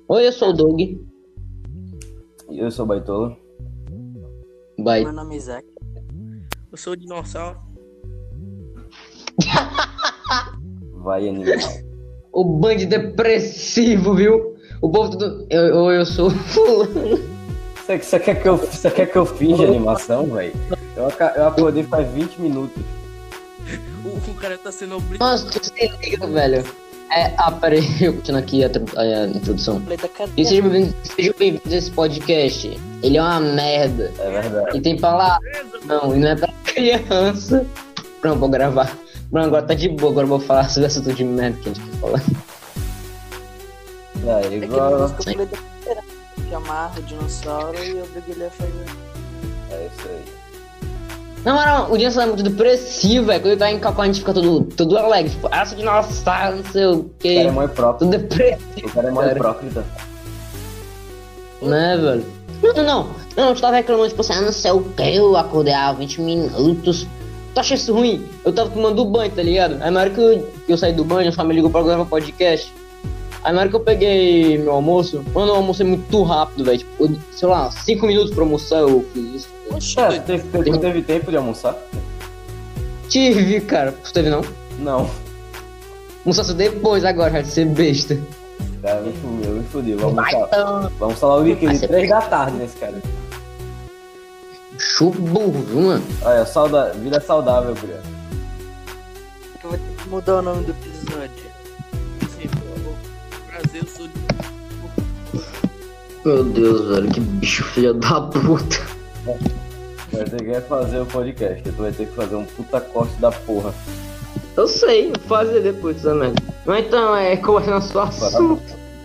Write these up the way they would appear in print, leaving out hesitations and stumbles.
Oi, eu sou o Doug. Eu sou o Baitola. Vai. Meu nome é Isaac. Eu sou o dinossauro. Vai, animal. O bando depressivo, viu? O povo tudo. Eu sou fulano. Você quer que eu finja animação, velho? Eu acordei faz 20 minutos. O cara tá sendo obrigado. Nossa, tu se liga, velho. Peraí, eu continuo aqui a introdução. E sejam bem-vindos a esse podcast. Ele é uma merda. É verdade. E tem palavra. Não, e não é pra criança. Pronto, vou gravar. Não, agora tá de boa, agora eu vou falar sobre esse assunto de merda que a gente quer falar. É igual. Que amarra o dinossauro e obriga ele a fazer. É isso aí. Não, o dinossauro é muito depressivo, velho. Quando ele tá em calco, a gente fica todo alegre. Tipo, essa dinossauro, não sei o O quê. cara é mó próprio. Tudo depressivo. O cara é mó hipócrita. Né, velho? Não, tu tava reclamando, tipo assim, não sei o que, eu acordei há 20 minutos. Tu acha isso ruim? Eu tava tomando banho, tá ligado? Aí na hora que eu saí do banho, a sua me ligou pra gravar podcast. Aí na hora que eu peguei meu almoço, mano, eu almocei muito rápido, velho. Tipo, sei lá, 5 minutos pra almoçar eu fiz isso. Poxa, teve tempo de almoçar? Tive, cara. Tu teve não? Não. Almoçasse depois agora, já de ser besta. Cara, me fudi. Vamos Então, falar o weekend, Vai ser 3 da tarde nesse cara. burro, viu, mano? Olha, vida saudável, criança. Eu vou ter que mudar o nome do episódio. Sim, por favor. Prazer, eu sou o Meu Deus, velho, que bicho filho da puta. Vai ter que fazer o podcast. Tu vai ter que fazer um puta corte da porra. Eu sei, vou fazer depois também. Mas então, qual é o nosso assunto?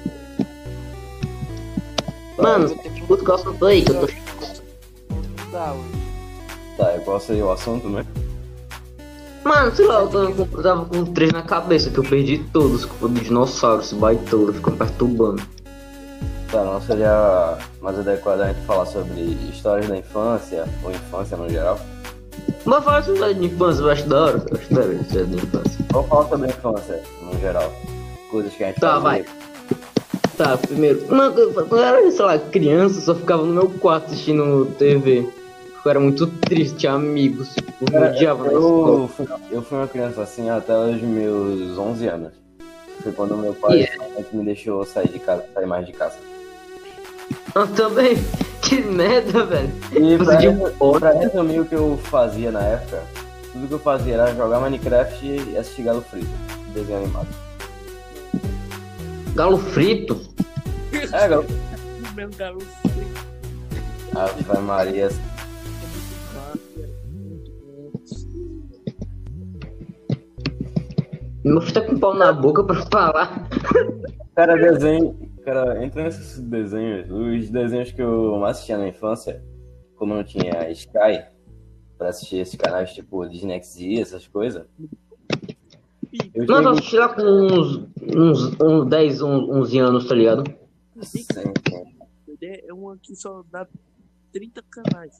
Mano, puta, qual assunto aí que eu tô... Tá, Tá, e qual seria o assunto, né? Mano, sei lá, eu tava com 3 na cabeça, que eu perdi todos, culpa do dinossauro, esse baitola, ficou perturbando. Tá, não seria mais adequado a gente falar sobre histórias da infância, ou infância no geral? Mas fala sobre história de infância, eu acho da hora, história de infância. Vamos falar sobre a infância, no geral. Coisas que a gente Tá, fazia. vai. Tá, primeiro, quando eu era, sei lá, criança, eu só ficava no meu quarto assistindo TV. Eu era muito triste, amigos, tipo, me odiava na escola. Eu fui uma criança assim até os meus 11 anos. Foi quando meu pai finalmente me deixou sair mais de casa. Eu também, que merda, velho. E Você pra resumir o que eu fazia na época, tudo que eu fazia era jogar Minecraft e assistir Galo Frito, desenho animado. Galo frito? É, Galo. o meu garoto. Ave Maria. Meu filho tá com pau na boca pra falar. Cara, entra nesses desenhos. Os desenhos que eu mais assistia na infância, como não tinha Sky, pra assistir esses canais tipo Disney XD, essas coisas. Não, eu assisti lá com uns 10, 11 anos, tá ligado? Sim. É um aqui só dá 30 canais.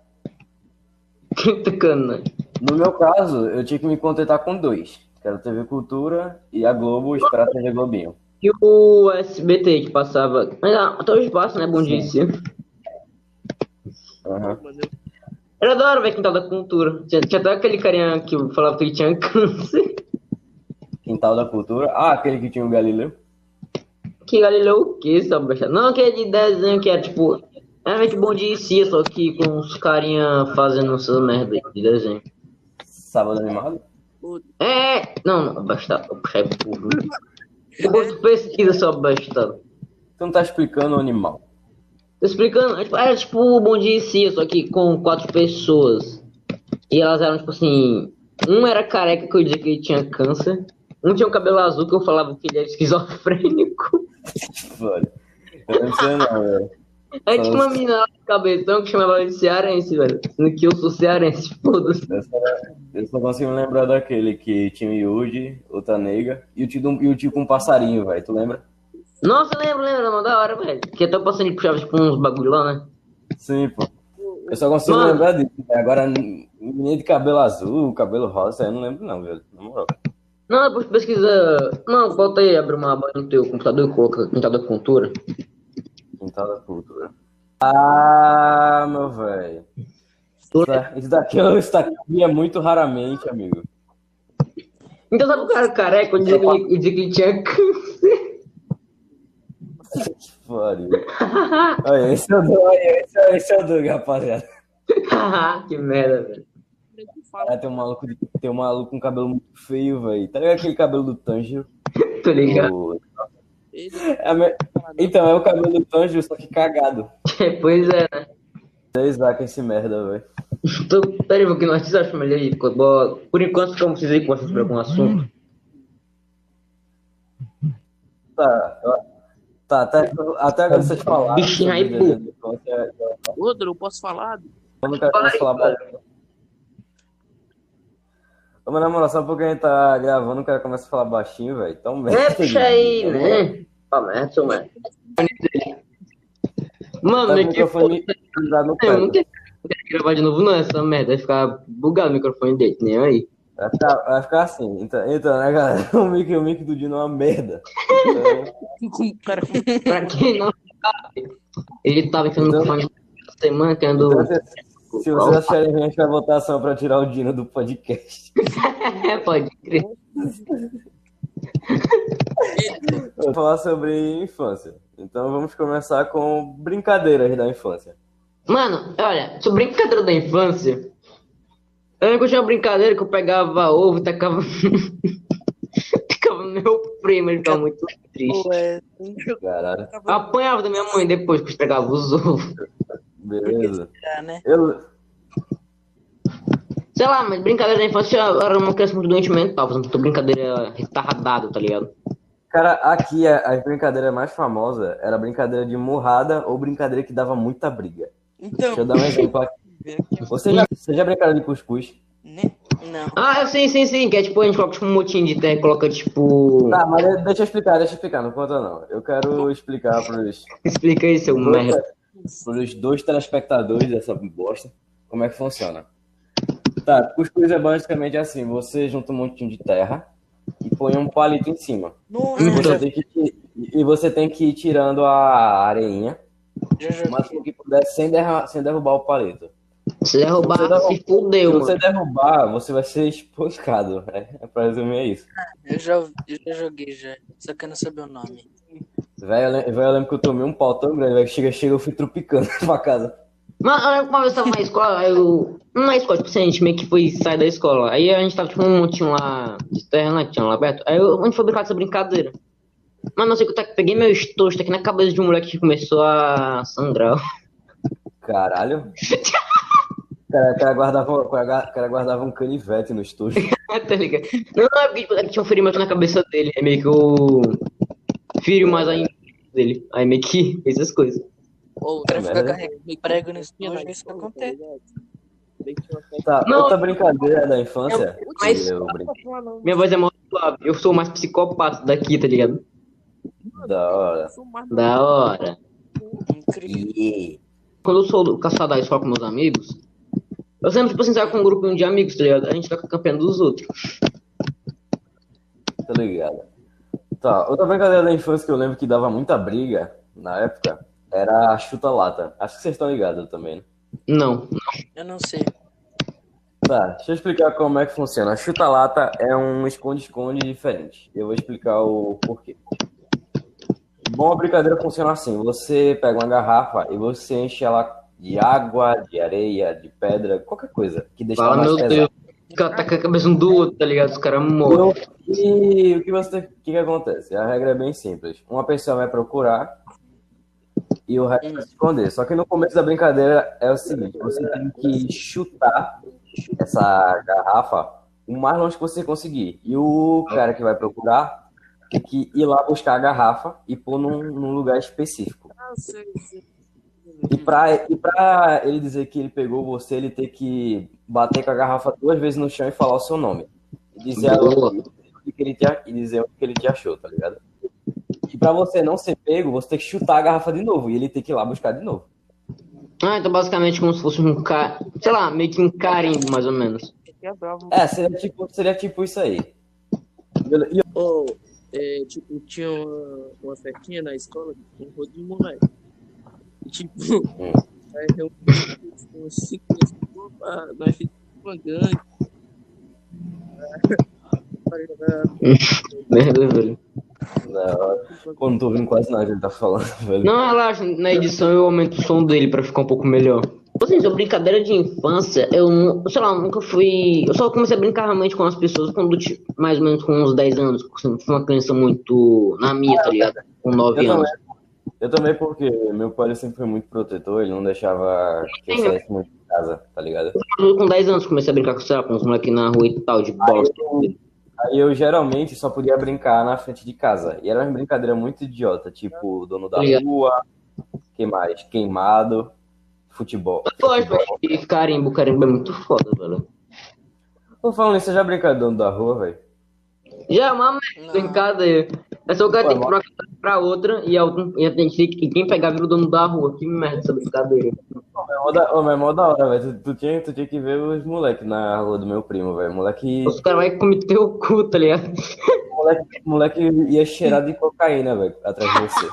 Que cana. No meu caso, eu tinha que me contentar com 2. Que era a TV Cultura e a Globo, esperar a TV Globinho. E o SBT que passava. Mas até hoje passa, né? Bom dia em si. Uhum. Era da hora ver Quintal da Cultura. Tinha até aquele carinha que falava que ele tinha câncer. Quintal da Cultura. Ah, aquele que tinha o Galileu. Que Galileu o quê, essa besta? Não, aquele de desenho que era tipo. Era meio que Bom Dia em Si, só que com os carinha fazendo essas merda aí de desenho. Sábado Animado? Não, basta. Eu puxei burro. Depois tu pesquisa sobre besta. Tu não tá explicando o animal. Tô explicando, era tipo o Bom Dia em Si, só que com 4 pessoas. E elas eram tipo assim. Um era careca que eu dizia que ele tinha câncer. Um tinha um cabelo azul que eu falava que ele era esquizofrênico. Olha, eu não sei não, velho. Aí tinha uma menina lá no cabeção que chamava ele de cearense, velho. Sendo que eu sou cearense, foda-se. Eu só consigo me lembrar daquele que tinha o Yuji, outra nega, e o tio com um passarinho, velho. Tu lembra? Nossa, lembro, mano, da hora, velho. Que até o passarinho puxava tipo uns bagulho lá, né? Sim, pô. Eu só consigo lembrar disso. Agora, menina de cabelo azul, cabelo rosa, eu não lembro não, velho. Na moral. Não, depois pesquisa. Não, bota aí, abre uma aba no teu computador e coloca computador cultura. Quintal da cultura. Ah, meu velho. Isso daqui é muito raramente, amigo. Então sabe o cara careca? Eu dizia que ele tinha câncer. Que pariu. Olha, esse é o Doug, rapaziada. Que merda, velho. Cara, tem um maluco com cabelo muito feio, velho. Tá ligado aquele cabelo do Tanjiro? Tô ligado. Então, é o cabelo do Tanjiro, só que cagado. Pois é, né? É Isaac esse merda, velho. Peraí, vou que nós precisamos família aí. Por enquanto, ficamos vocês aí com vocês para algum assunto. Tá, até agora vocês falaram. Bichinho aí, pô. Outro, eu posso falar? Eu não quero mais falar baixinho. Mas na moral, só porque a gente tá gravando, o cara começa a falar baixinho, velho. Então, puxa aí, né? Começa, mano. Mano, Tá meu com o microfone ligado no eu não pé. quero gravar de novo, não, essa merda. Vai ficar bugado o microfone dele, nem aí. Vai ficar assim. Então, né, galera? O mic do Dino é uma merda. Cara, Pra quem não sabe, ele tava entrando no fone essa semana, querendo. Se vocês acharem que a gente vai votação pra tirar o Dino do podcast. Pode crer. Eu vou falar sobre infância. Então vamos começar com brincadeiras da infância. Mano, olha, sobre brincadeira da infância, eu lembro que eu tinha uma brincadeira que eu pegava ovo e tacava. Tacava no meu primo, ele ficava muito triste. Caralho. Eu apanhava da minha mãe depois que eu pegava os ovos. Beleza. né? Sei lá, mas brincadeira da infância eu era uma criança muito doente mental, fazendo brincadeira retardada, tá ligado? Cara, aqui a brincadeira mais famosa era a brincadeira de murrada ou brincadeira que dava muita briga. Então, Deixa eu dar um exemplo aqui. Você já brincaram de cuscuz? não. Ah, sim, que é tipo, a gente coloca tipo um motinho de terra e coloca tipo... Tá, mas deixa eu explicar, não conta não. Eu quero explicar Explica aí, seu merda. pros dois telespectadores dessa bosta como é que funciona. Tá, cuscuz é basicamente assim, você junta um montinho de terra e põe um palito em cima. E você tem que ir tirando a areinha o máximo que puder sem derrubar o palito. Se derrubar, se fudeu, Se você mano. derrubar, você vai ser espancado. É pra resumir é isso. Eu já joguei, só que eu não sabia o nome. Velho, eu lembro que eu tomei um pau tão grande, velho, que chega eu fui tropicando pra casa. Mas eu lembro que uma vez eu tava na escola, não na escola, tipo assim, a gente meio que foi sair da escola. Aí a gente tava tipo um montinho lá de terra, né, que tinha lá perto. Aí a gente foi brincar dessa brincadeira. Mas não sei que eu peguei meu estojo aqui na cabeça de um moleque que começou a sangrar. Caralho. O cara guardava um canivete no estojo. Tá ligado? Não, é porque tipo, tinha um ferimento na cabeça dele. Aí meio que eu firo mais ainda dele. Aí meio que fez as coisas. Ou o cara fica carregando prego no estojo, isso que acontece. Tá, Não. outra brincadeira da infância. Mas- que eu brinquei. Minha voz é mais suave. Eu sou o mais psicopata daqui, tá ligado? Da hora. Da hora. Incrível. Quando eu sou caçado da escola com meus amigos, eu sempre, tipo assim, saio com um grupinho de amigos, tá ligado? A gente fica campeando dos outros. Tá ligado? Tá, outra brincadeira da infância que eu lembro que dava muita briga na época era a chuta-lata. Acho que vocês estão ligados também, né? Não. Eu não sei. Tá, deixa eu explicar como é que funciona. A chuta-lata é um esconde-esconde diferente. Eu vou explicar o porquê. Bom, a brincadeira funciona assim. Você pega uma garrafa e você enche ela de água, de areia, de pedra, qualquer coisa que deixe ela Fala, mais meu pesada. Deus. Os caras tacam a cabeça um do outro, tá ligado? Os caras morrem. E o que acontece? A regra é bem simples. Uma pessoa vai procurar e o resto vai se esconder. Só que no começo da brincadeira é o seguinte: você tem que chutar essa garrafa o mais longe que você conseguir. E o cara que vai procurar tem que ir lá buscar a garrafa e pôr num lugar específico. E pra ele dizer que ele pegou você, ele tem que bater com a garrafa 2 vezes no chão e falar o seu nome. E dizer o que ele te achou, tá ligado? E pra você não ser pego, você tem que chutar a garrafa de novo. E ele tem que ir lá buscar de novo. Ah, então basicamente como se fosse um cara, sei lá, meio que um carimbo, mais ou menos. Seria tipo isso aí. Oh, tipo, tinha uma festinha na escola, um rodo de moleque. E, tipo, aí eu uns 5 meses, nós fizemos uma gangue. Merda, velho. Pô, não tô ouvindo quase nada que ele tá falando, velho. Não, relaxa, na edição eu aumento o som dele pra ficar um pouco melhor. Assim, sobre brincadeira de infância, sei lá, nunca fui. Eu só comecei a brincar realmente com as pessoas quando mais ou menos com uns 10 anos. Assim, fui uma criança muito na minha, tá ligado? Com 9 anos. Eu também, porque meu pai sempre foi muito protetor, ele não deixava que eu saísse muito de casa, tá ligado? Com 10 anos comecei a brincar com, sei lá, com os moleques na rua e tal, de bola. Aí eu geralmente só podia brincar na frente de casa. E era uma brincadeira muito idiota, tipo dono da rua, que mais? Queimado, futebol. Lógico, carimbo é muito foda, velho. Tô falando isso, você já brincou de dono da rua, velho? Já, mas brincadeira. É só o cara tem que ir pra uma casa pra outra e quem pegar vira o dono da rua. Que merda essa brincadeira. É mó da hora, velho. Tu tinha que ver os moleques na rua do meu primo, velho. Moleque. Os caras vão cometer o cu, tá ligado? Moleque ia cheirar de cocaína, velho, atrás de você.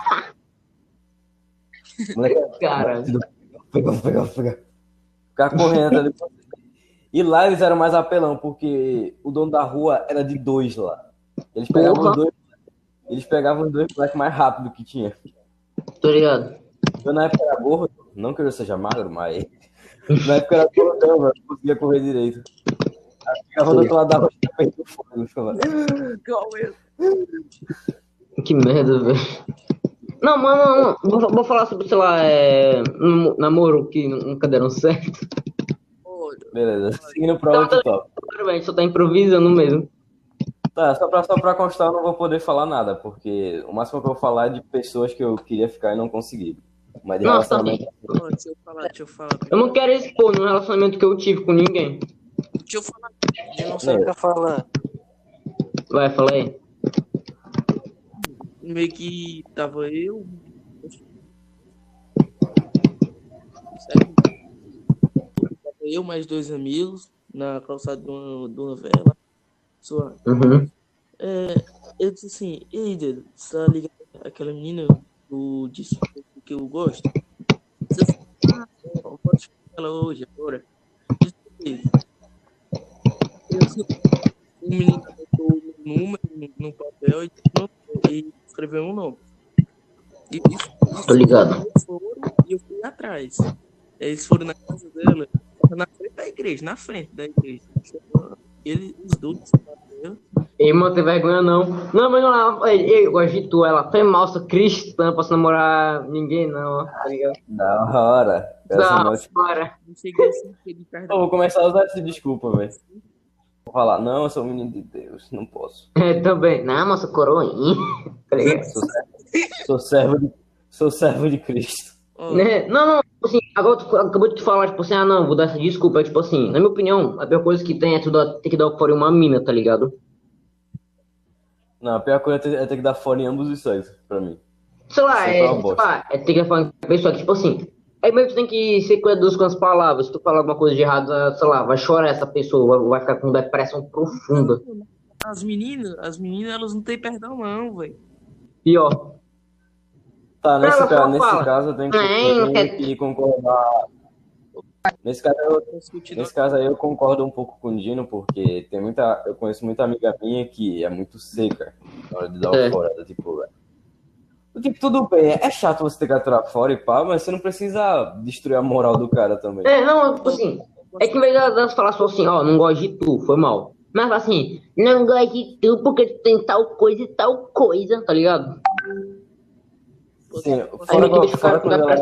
Moleque. Cara. Pega. Ficar correndo ali. E lá eles eram mais apelão, porque o dono da rua era de 2 lá. Eles pegavam os dois moleques mais rápido que tinha. Tô ligado. Eu na época era gordo, não que eu seja magro, mas na época era gordão, velho, não conseguia correr direito. Aí ficava do outro lado da rua e perdendo fogo. Igual eu. Que merda, velho. Não, mano, vou falar sobre, sei lá, namoro que nunca deram certo. Beleza, seguindo pra outro top. A gente só tá improvisando mesmo. Tá, só pra constar, eu não vou poder falar nada, porque o máximo que eu vou falar é de pessoas que eu queria ficar e não consegui. Mas de relacionamento. Deixa eu falar. Eu não quero expor no relacionamento que eu tive com ninguém. Deixa eu falar. Eu não sei o que falar. Vai, fala aí. Meio que tava eu mais 2 amigos na calçada de uma vela. Uhum. Eu disse assim, ei, dedo, você tá ligado aquela menina do disco que eu gosto? Você fala, eu posso chamar ela hoje, agora. O menino botou o número no papel e escreveu um nome. E isso Tô ligado. E eu fui atrás. Eles foram na casa dela, na frente da igreja, os dois. Ei, mano, tem vergonha não. Não, mas não, eu gosto de tu, ela foi malsa cristã, posso namorar ninguém não, tá ligado? Da hora. Da hora. Eu vou começar a usar essa desculpa, velho. Vou falar, não, eu sou um menino de Deus, não posso. Também. Não, moça, coroinha. Tá ligado? Sou servo de Cristo. Não, assim, agora tu acabou de te falar, tipo assim, não, vou dar essa desculpa, tipo assim, na minha opinião, a pior coisa que tem é ter que dar fora em uma mina, tá ligado? Não, a pior coisa é ter que dar fora em ambos os sexos, pra mim. Sei lá, é ter que falar com a pessoa que, tipo assim, aí meio que tu tem que ser cuidadoso com as palavras, se tu falar alguma coisa de errado, sei lá, vai chorar essa pessoa, vai ficar com depressão profunda. As meninas, elas não têm perdão não, velho. Pior. Tá, nesse caso eu tenho que concordar. Nesse caso aí eu concordo um pouco com o Dino, porque eu conheço muita amiga minha que é muito seca na hora de dar uma fora. Tipo, tudo bem, é chato você ter que aturar fora e pá, mas você não precisa destruir a moral do cara também. Não, tipo assim, é que em vez delas falar só assim, ó, não gosto de tu, foi mal. Mas assim, não gosto de tu porque tu tem tal coisa e tal coisa, tá ligado? Sim, fora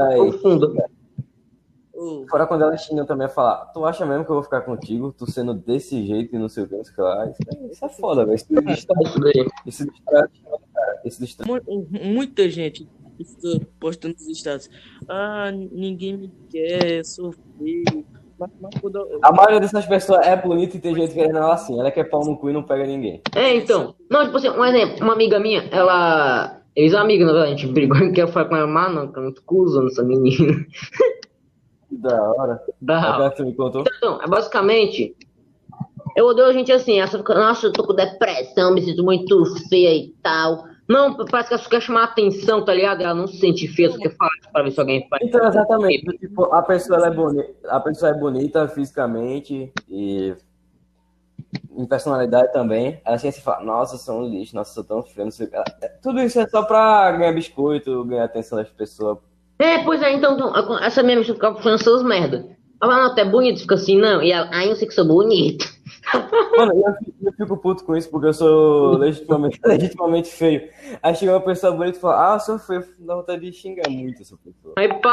quando ela xinga também a falar, tu acha mesmo que eu vou ficar contigo, tu sendo desse jeito e não sei o que, isso é foda, velho. Isso distrai. Muita gente postando nos status, ninguém me quer, sou feio. A maioria dessas pessoas é bonita e tem gente querendo ela assim, ela quer pau no cu e não pega ninguém. Então, não, tipo assim, um exemplo, uma amiga minha, ex-amiga, na verdade, a gente brigou, não quero falar com ela, mas não, que é muito cuzão essa menina. Da hora. Da hora. Que tu me contou? Então, basicamente, Eu odeio gente assim, essa fica, nossa, eu tô com depressão, me sinto muito feia e tal. Não, parece que ela só quer chamar atenção, tá ligado? Ela não se sente feia, só quer falar pra ver se alguém faz. Então, exatamente. Tipo, a pessoa, ela é bonita, a pessoa é bonita fisicamente e em personalidade também. Ela chega e fala, nossa, eu sou um lixo, nossa, eu sou tão feio, não sei o que. Tudo isso é só pra ganhar biscoito, ganhar atenção das pessoas. Pois é, então, essa minha amiga fica puxando seus merda. Ela não, até bonito, fica assim, não. E ela, eu sei que sou bonito. Mano, eu fico puto com isso porque eu sou legitimamente feio. Aí chega uma pessoa bonita e fala, eu sou feio. Dá vontade de xingar muito essa pessoa.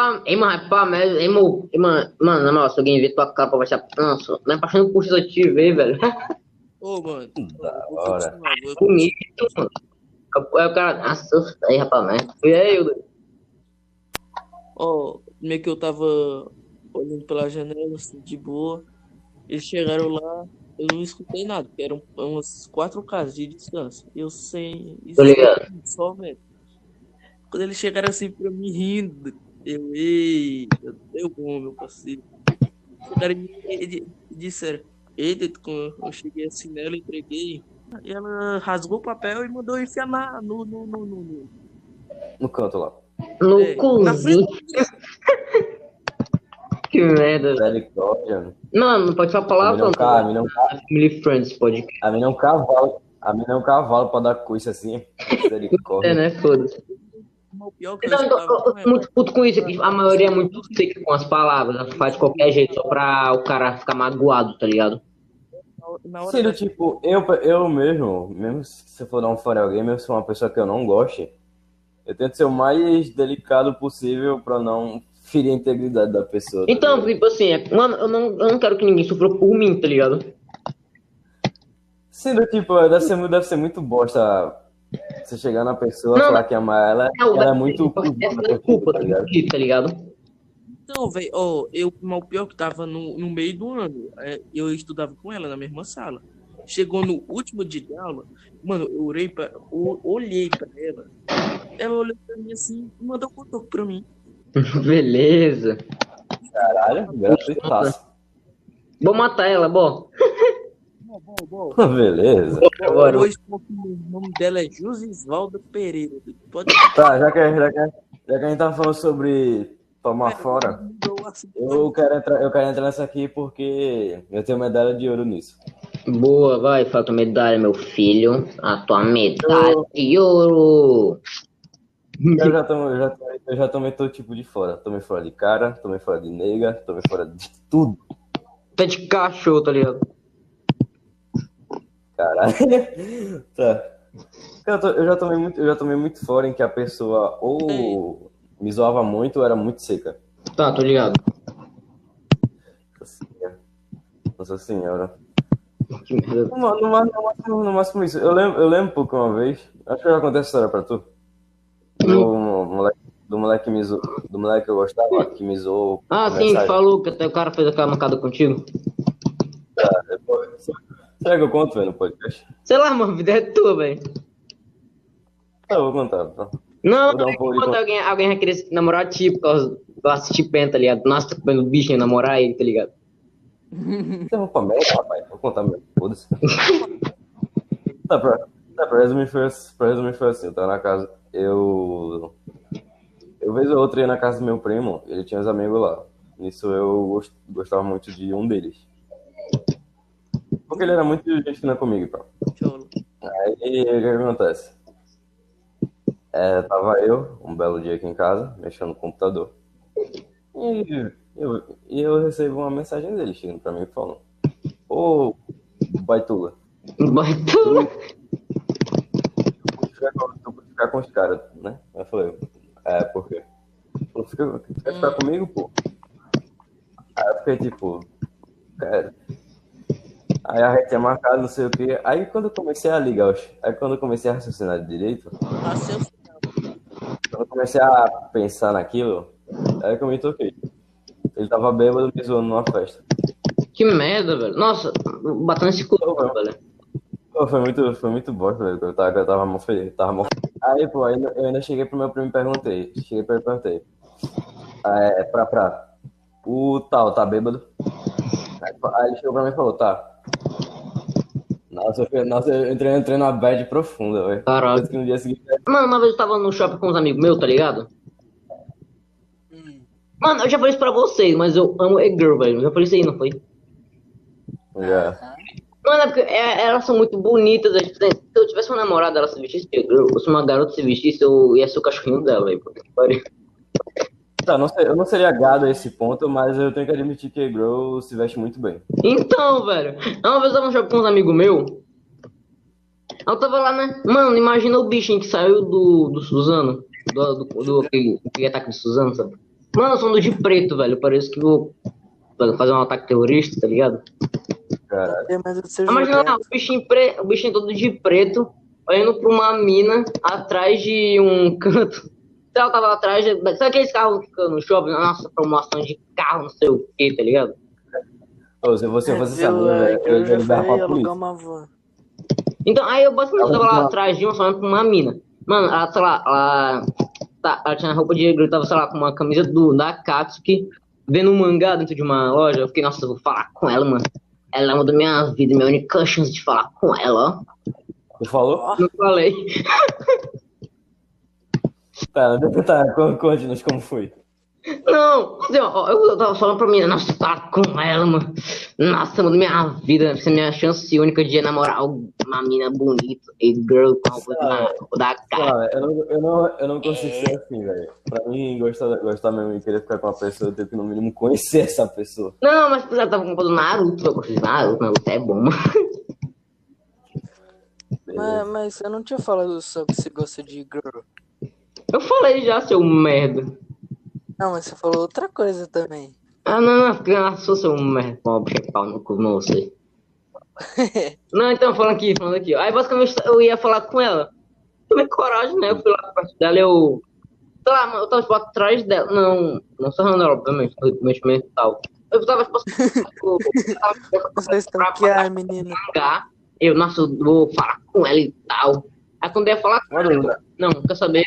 Mano, na moral, se alguém ver tua cara pra baixar, nossa, não é passando por isso eu te ver, velho. Ô, mano, Da vou hora. continuar. Bonito, mano. Aí o cara, nossa, eu sei, rapaz, né? E aí, eu... Ó, meio que eu tava olhando pela janela, assim, de boa. Eles chegaram lá, eu não escutei nada, porque eram umas 4 casas de distância. Eu sem. Tô ligado. Só, velho. Quando eles chegaram assim pra mim rindo, eita, deu bom, meu parceiro. Chegaram e disseram, eita, eu cheguei assim nela, entreguei. E ela rasgou o papel e mandou enfiar No canto lá. No na cozinho. Que merda, velho. Misericórdia. Não pode falar palavrão. A mim não Family Friends podcast. A mim não é um cavalo pra dar coisa assim. Misericórdia. Né? Foda-se. O pior que eu Então, estava eu com tô ela. muito puto com isso, que a maioria é muito seca com as palavras, ela faz de qualquer jeito só pra o cara ficar magoado, tá ligado? Na hora Sendo da... tipo, eu mesmo se você for dar um fora em alguém, mesmo se for uma pessoa que eu não goste, eu tento ser o mais delicado possível pra não ferir a integridade da pessoa. Tá Então, ligado? tipo assim, mano, eu não quero que ninguém sofra por mim, tá ligado? Sendo tipo, deve ser muito bosta você chegar na pessoa, Não, falar que ama ela, e ela é muito cuzona é culpa, tá ligado? tá ligado? Então, velho, ó, mas o pior que tava no meio do ano, eu estudava com ela na mesma sala. Chegou no último dia de aula, mano, eu olhei pra ela olhou pra mim assim e mandou um cotoco pra mim. Beleza. Caralho, gratuitaço. Vou matar ela, bom. Bom. Beleza. Agora. Hoje o nome dela é Josisvalda Pereira. Pode Tá, já que a gente tá falando sobre tomar fora, eu quero entrar nessa aqui porque eu tenho medalha de ouro nisso. Boa, vai, falta medalha, meu filho. A tua medalha de ouro. Eu já tomei todo tipo de fora. Tomei fora de cara, tomei fora de nega, tomei fora de tudo. Até de cachorro, tá ligado? Caralho. Tá. Eu já tomei muito fora em que a pessoa ou me zoava muito ou era muito seca. Tá, tô ligado. Nossa senhora. Que merda. No máximo isso. Eu lembro pouco uma vez. Acho que eu já contei essa história pra tu. Do moleque que eu gostava, que me zoou. Ah, sim, falou que até o cara fez aquela mancada contigo. Será que eu conto, velho, no podcast? Sei lá, mano, a vida é tua, velho. Tá, eu vou contar. Tá. Não, Vou dar um pouco de enquanto alguém vai querer namorar de ti por causa do assistir Pen, tá ligado? Nossa, tá comendo bicho em namorar ele, tá ligado? Você vai pra merda, rapaz. Vou contar mesmo. Foda-se. Pra resumir foi assim. Eu tava na casa. Eu vez ou outra ia na casa do meu primo. Ele tinha uns amigos lá. Nisso eu gostava muito de um deles. Porque ele era muito gente fina comigo, pá. Aí, o que acontece? Tava eu, um belo dia aqui em casa, mexendo no computador. E eu recebo uma mensagem dele chegando pra mim falando: Ô, Baitula. Baitula? Tu pode ficar com os caras, né? Eu falei: por quê? Tu quer ficar comigo, pô? Aí eu fiquei tipo: cara. Aí a gente tinha marcado, não sei o quê. Aí quando eu comecei a ligar, quando eu comecei a raciocinar de direito, quando eu comecei a pensar naquilo, aí que eu me toquei. Ele tava bêbado me zoando numa festa. Que merda, velho. Nossa, batendo esse cu, velho. Pô, foi muito bosta, velho. Eu tava mó feliz, Aí, pô, eu ainda cheguei pro meu primo e perguntei. O tal, tá bêbado? Aí ele chegou pra mim e falou, tá. Nossa, eu entrei numa bad profunda, velho. Caralho. Parece que no dia seguinte. Mano, uma vez eu tava no shopping com uns amigos meus, tá ligado? Mano, eu já falei isso pra vocês, mas eu amo e-girl, velho. Eu já falei isso aí, não foi? Já. Mano, é porque elas são muito bonitas. Se eu tivesse uma namorada, ela se vestisse de girl, ou se uma garota se vestisse, eu ia ser o cachorrinho dela, velho. Puta que pariu. Tá, eu não seria gado a esse ponto, mas eu tenho que admitir que a Girl se veste muito bem. Então, velho, uma vez eu tava no shopping com uns amigos meus. Eu tava lá, né? Mano, imagina o bichinho que saiu do Suzano. Aquele ataque de Suzano, sabe? Mano, eu sou de preto, velho. Parece que vou fazer um ataque terrorista, tá ligado? Caralho. Imagina lá, o bichinho todo de preto, olhando pra uma mina atrás de um canto. Ela tava atrás de. Sabe aqueles carros que ficam no shopping? Nossa, promoção de carro, não sei o que, tá ligado? Ô, se você fosse essa mina, velho, eu ia ligar pra polícia. uma van. Então, aí eu basicamente tava lá atrás de uma, falando pra uma mina. Mano, ela, sei lá, ela tinha roupa de negro, tava, sei lá, com uma camisa da Akatsuki, vendo um mangá dentro de uma loja. Eu fiquei, nossa, eu vou falar com ela, mano. Ela mudou minha vida, minha única chance de falar com ela, ó. Tu falou? Não falei. Tá, conte-nos como foi. Não, assim, ó, eu tava falando pra mim, nossa, falar com ela, mano. Nossa, mudou minha vida, essa é a minha chance única de namorar uma mina bonita e girl com a roupa da cara. Eu não consigo ser assim, velho. Pra mim, gostar mesmo e querer ficar com uma pessoa, eu tenho que no mínimo conhecer essa pessoa. Não, mas já tava com o Naruto, eu gostei de Naruto é bom, mano. Mas eu não tinha falado só que você gosta de girl. Eu falei já, seu merda. Não, mas você falou outra coisa também. Ah, não, porque eu sou seu merda, pobre, pau no cu, não sei. Não, então, falando aqui. Aí, basicamente, eu ia falar com ela. Tomei coragem, né? Eu fui lá perto dela, sei lá, mano, eu tava, tipo, atrás dela. Não sarrando ela, obviamente, no metimento e tal. Eu tava, tipo, Você stalkear, menina. eu, nossa, eu vou falar com ela e tal. Aí, quando eu ia falar com ela, não, quer saber?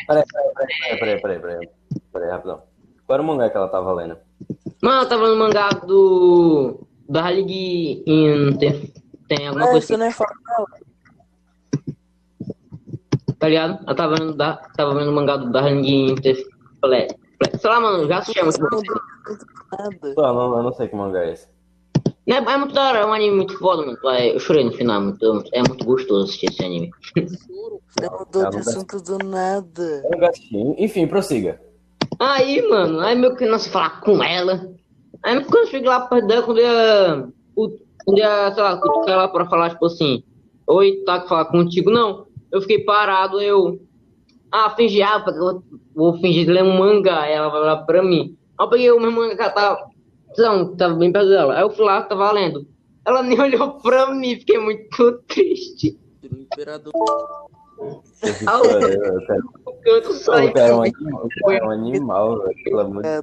Peraí, rapidão. Qual era o mangá que ela tava lendo? Mano, eu tava no mangá da League Inter. Tem alguma coisa Você não é falar com ela. Tá ligado? Eu tava vendo o mangá do Darling Inter. Sei lá, mano, já assisti muito bom. Eu não sei que mangá é esse. É muito da hora, é um anime muito foda, mano. Eu chorei no final, é muito gostoso assistir esse anime. Você mudou de assunto do nada. Eu nunca assisti. Enfim, prossiga. Aí, mano, aí meu que nossa, falar com ela. Aí quando eu cheguei lá perto dela, quando ia, sei lá, cutucar ela pra falar, tipo assim, oi, tá que falar contigo? Não, eu fiquei parado, fingi, eu vou fingir ler um mangá, aí ela vai olhar pra mim. Aí eu peguei o meu mangá que ela tava bem perto dela, aí eu fui lá, tava lendo. Ela nem olhou pra mim, fiquei muito triste. O imperador. Eu quero um animal, velho, pelo amor de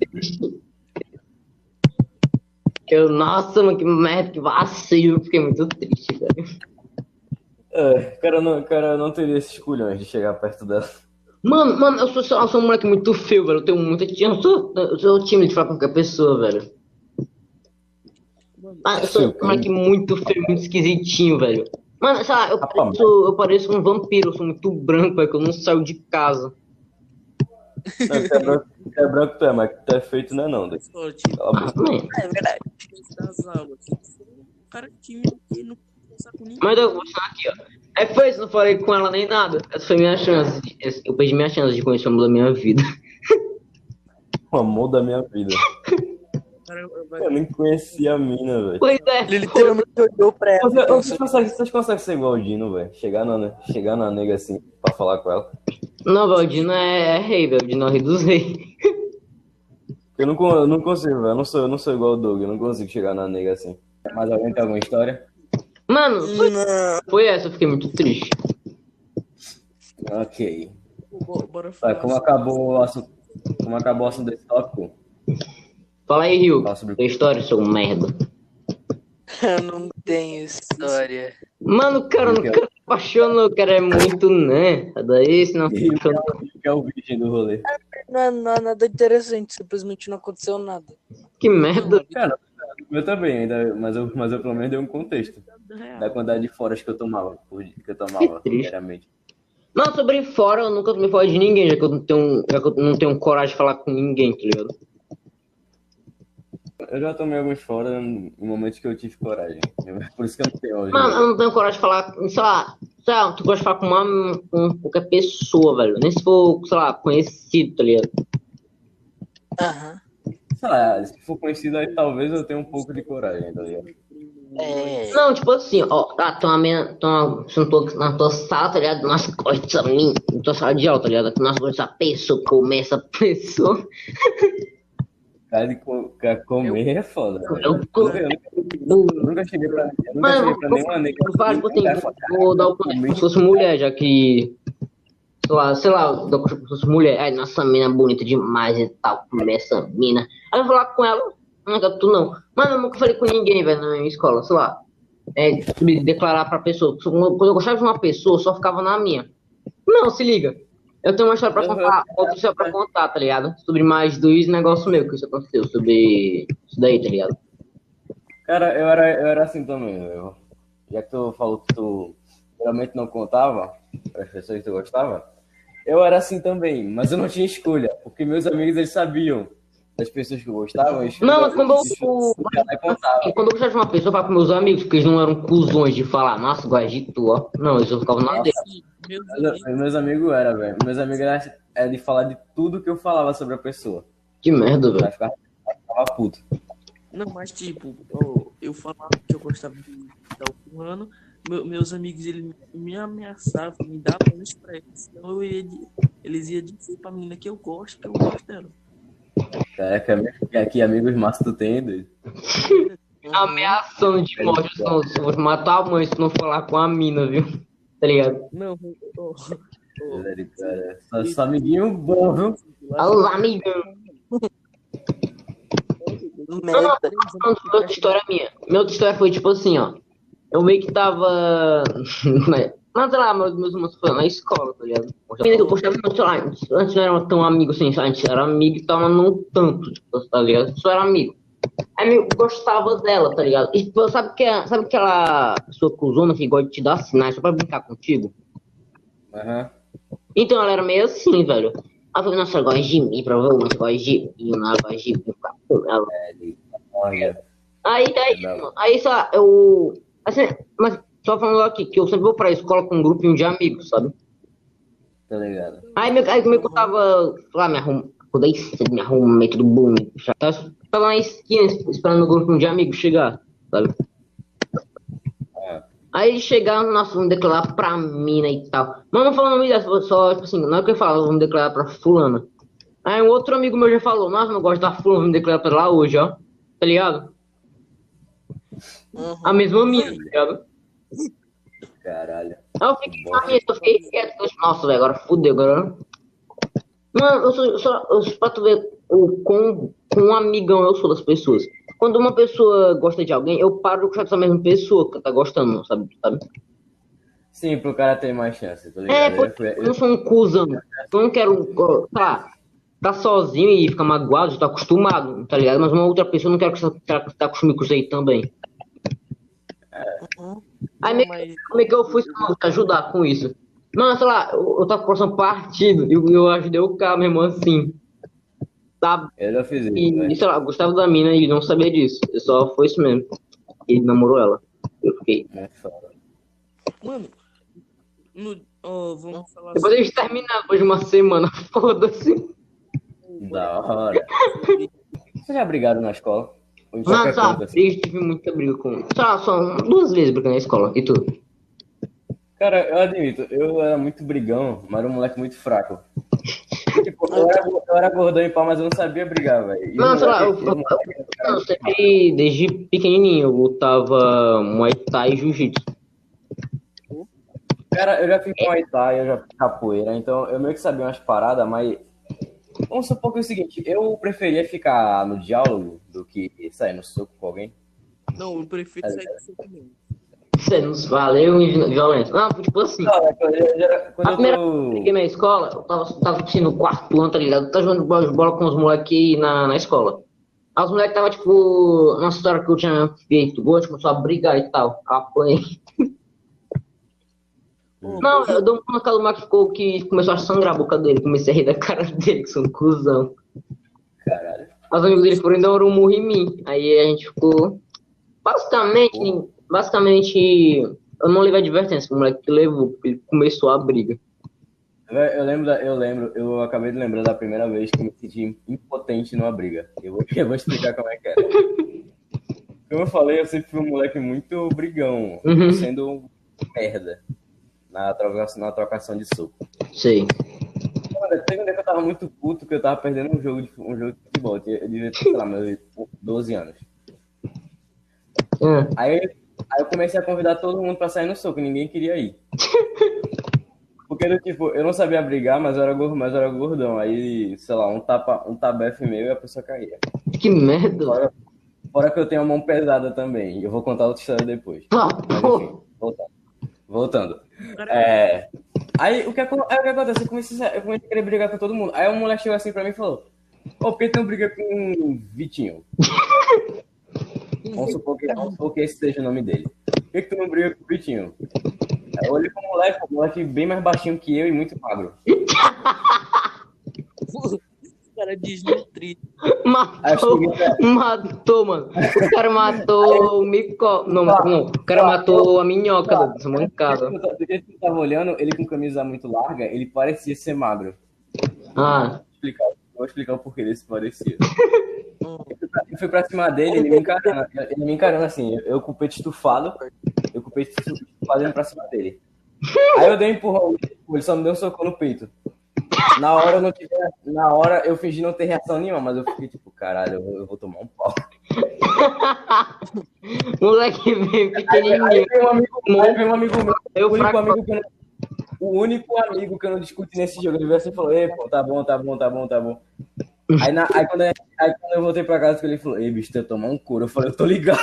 Deus. Nossa, mano, que merda, que vacilo, eu fiquei muito triste, velho. Cara não teria esses culhões de chegar perto dela. Mano, eu sou um moleque muito feio, velho. Eu tenho muita. Eu sou tímido de falar com qualquer pessoa, velho. Eu sou um moleque muito feio, muito esquisitinho, velho. Mano, sei lá, eu pareço um vampiro, eu sou muito branco, é que eu não saio de casa. Não, é branco tu é, mas tu é feito não é não. É verdade. Das aulas. Um cara tímido que não conversa com ninguém. Mas eu vou falar aqui, ó. Aí foi isso, não falei com ela nem nada. Essa foi minha chance. Eu perdi minha chance de conhecer o amor da minha vida. O amor da minha vida. Eu nem conhecia a mina, velho. Pois é. Ele literalmente olhou pra ela. Vocês conseguem ser igual o Dino, velho? Chegar na nega assim, pra falar com ela. Não, velho, o Dino é rei, velho. O Dino é o rei dos reis. Eu não consigo, velho. Eu não sou igual o Doug, eu não consigo chegar na nega assim. Mas alguém tem alguma história? Mano, foi essa, eu fiquei muito triste. Ok. Bora falar. Como acabou o assunto desse tópico? Fala aí, Rio. Tem história, seu merda. Eu não tenho história. Mano, o cara nunca se apaixonou, o cara é muito, né? Daí, se não se apaixonou. Que é o virgem do rolê. Não é nada interessante, simplesmente não aconteceu nada. Que merda. Cara, Eu também, ainda, mas eu pelo menos dei um contexto Da real. da quantidade de foras que eu tomava, que eu Que tomava triste. diariamente. Não, sobre fora, eu nunca tomei fora de ninguém, já que eu não tenho coragem de falar com ninguém, tá ligado? Eu já tomei alguns fora em momentos que eu tive coragem. Por isso que eu não tenho hoje. Mano, eu não tenho coragem de falar, sei lá, tu gosta de falar com qualquer pessoa, velho. Nem se for, sei lá, conhecido, tá ligado? Aham. Sei lá, se for conhecido aí, talvez eu tenha um pouco de coragem, tá ligado? É. Não, tipo assim, ó, tem uma menina, sentou na tua sala, tá ligado? Nossa, gosta dessa menina, na tua sala de aula, tá ligado? Nossa, gosta dessa pessoa, comer essa pessoa. Cara de comer é foda. Eu Eu nunca cheguei pra nenhuma nega. eu falo, tipo assim, vou dar o como se fosse mulher, já que, sei lá, dar como se fosse mulher. Ai, nossa, mina bonita demais e tal, comer essa mina. Aí eu vou falar com ela, não quero tu não. Mano, eu nunca falei com ninguém, velho, na minha escola, sei lá. Me declarar pra pessoa. Quando eu gostava de uma pessoa, eu só ficava na minha. Não, se liga. Eu tenho uma história pra contar, outra história pra contar, tá ligado? Sobre mais dois negócios meus que isso aconteceu, sobre isso daí, tá ligado? Cara, eu era assim também. Já que tu falou que tu realmente não contava para as pessoas que tu gostava, eu era assim também, mas eu não tinha escolha, porque meus amigos eles sabiam das pessoas que eu gostava. Não, quando eu contava. gostava de uma pessoa, eu falava com meus amigos, porque eles não eram cuzões de falar, nossa, gosto de tu, ó. Não, eles ficavam na dele. Assim, meus amigos, Meus amigos eram, velho. Meus amigos era de falar de tudo que eu falava sobre a pessoa. Que merda, Eu velho. ficava puto. não, mas tipo, eu falava que eu gostava de tal fulano, meus amigos, eles me ameaçavam, me davam uns pregos, senão eles iam dizer pra menina que eu gosto dela. Caraca, que amigos massa tu tem, doido. Ameaçando de morte, senão eu vou matar a mãe se não falar com a mina, viu? Tá ligado? Não, Velho, cara. Só amiguinho bom, viu? Alô, amigão. Merda. Outra história minha. Minha outra história foi tipo assim, ó. Eu meio que tava. Mas sei lá, meus irmãos foram na escola, tá ligado? Eu gostava muito, sei lá, antes não era tão amigo assim, a gente era amigo e tal, mas não tanto, tipo, tá ligado? Só era amigo. Aí eu gostava dela, tá ligado? E tipo, sabe aquela pessoa cuzona que gosta de te dar sinais só pra brincar contigo? Aham. Então ela era meio assim, velho. Aí eu falei, nossa, ela gosta de mim, provavelmente gosta de mim, ela gosta de mim, ficar com ela. Olha. Aí, sei lá, eu. Assim, mas só falando aqui, que eu sempre vou pra escola com um grupinho de amigos, sabe? Tá ligado? Aí meio que eu tava, lá, acordei cedo, me arrumei tudo bonito. Já tava na esquina esperando o grupinho de amigos chegar, sabe? Aí eles chegaram, nossa, vamos declarar pra mina e tal. Mas não falando isso, só, tipo assim, não é o que eu falo, vamos declarar pra fulana. Aí um outro amigo meu já falou, nossa, não gosto da fulana, vamos declarar pra ela hoje, ó. Tá ligado? A mesma mina, tá ligado? Caralho. Aí eu fiquei na minha, eu fiquei quieto, eu disse, nossa, velho, agora fudeu, agora. Mano, eu só pra tu ver o quão amigão eu sou das pessoas. Quando uma pessoa gosta de alguém, eu paro de gostar dessa mesma pessoa que tá gostando, sabe? Sim, pro cara ter mais chance, tá É, ligado? porque eu não sou um cuzão. Eu não quero, tá sozinho e ficar magoado, eu tô acostumado, tá ligado? Mas uma outra pessoa eu não quero que você tá acostumado com isso aí também. Aí como é que eu fui te ajudar com isso? Não, sei lá, eu tava com o coração partido e eu ajudei o cara mesmo assim. Sabe? Eu já fiz isso, E, velho. sei lá, eu gostava da mina e ele não sabia disso. Só foi isso mesmo. Ele namorou ela. Eu fiquei. É foda. Mano, vamos falar Depois eles terminaram depois de uma semana. Foda-se. Da hora. Vocês já brigaram na escola? Ou em Mano, qualquer sabe, canto, assim? eu tive muita briga com. Sei lá, só 2 vezes brigando na escola. E tu? Cara, eu admito, eu era muito brigão, mas era um moleque muito fraco. Tipo, eu era gordão e pau, mas eu não sabia brigar, velho. E o Não, sei lá, moleque- eu sempre, desde pequenininho, eu lutava Muay Thai e Jiu-Jitsu. Cara, eu já fiz Muay Thai, eu já fiz capoeira, então eu meio que sabia umas paradas, mas vamos supor que é o seguinte, eu preferia ficar no diálogo do que sair no soco com alguém. Não, eu prefiro sair do seu caminho. Você nos valeu em violência. Não, tipo assim. Não, A quando eu primeira tô... vez que eu cheguei na escola, eu tava assim no quarto ano, tá ligado? Eu tava jogando bola com os moleques na escola. As moleques tava, tipo, na história que eu tinha feito, gol, a gente começou a brigar e tal. Apanhei. Ô, Não, eu dou uma naquela moleque que começou a sangrar a boca dele. Comecei a rir da cara dele, que sou um cuzão. Caralho. Os amigos dele foram e deram um murro em mim. Aí a gente ficou. Basicamente, eu não levei advertência pro moleque que levou, porque ele começou a briga. Eu acabei de lembrar da primeira vez que eu me senti impotente numa briga. Eu vou explicar como é que era. Como eu falei, eu sempre fui um moleque muito brigão, Uhum. sendo um merda na trocação de soco. Sei. Teve um dia que eu tava muito puto, que eu tava perdendo um jogo de futebol. Eu devia ter, sei lá, meus 12 anos. Aí eu comecei a convidar todo mundo pra sair no soco, ninguém queria ir. Porque, tipo, eu não sabia brigar, mas eu era gordão. Aí, sei lá, um tabefe meu e a pessoa caía. Que merda. Fora que eu tenho a mão pesada também. Eu vou contar outra história depois. Mas enfim, voltando. Aí o que acontece? Eu comecei a querer brigar com todo mundo. Aí um moleque chegou assim pra mim e falou: Ô, por que tu não briga com o Vitinho? Vamos supor que esse seja o nome dele. Por que tu não briga com o Vitinho? Aí eu olhei pro um moleque bem mais baixinho que eu e muito magro. O cara desnutrido. Matou, mano. O cara matou o mico. Não, o cara matou a minhoca dessa mancada. Do jeito que eu tava olhando, ele com camisa muito larga, ele parecia ser magro. Vou explicar o porquê desse parecia. Eu fui pra cima dele, ele me encarando assim, eu com o peito estufado, indo pra cima dele. Aí eu dei um empurrão, ele só me deu um soco no peito. Na hora eu fingi não ter reação nenhuma, mas eu fiquei tipo, caralho, eu vou tomar um pau. Moleque meio pequenininho. Aí veio um amigo meu, o único amigo que eu não discuti nesse jogo, ele veio assim e falou: ei, pô, tá bom. Aí quando eu voltei pra casa, ele falou: ei, bicho, tu ia tomar um couro. Eu falei: eu tô ligado.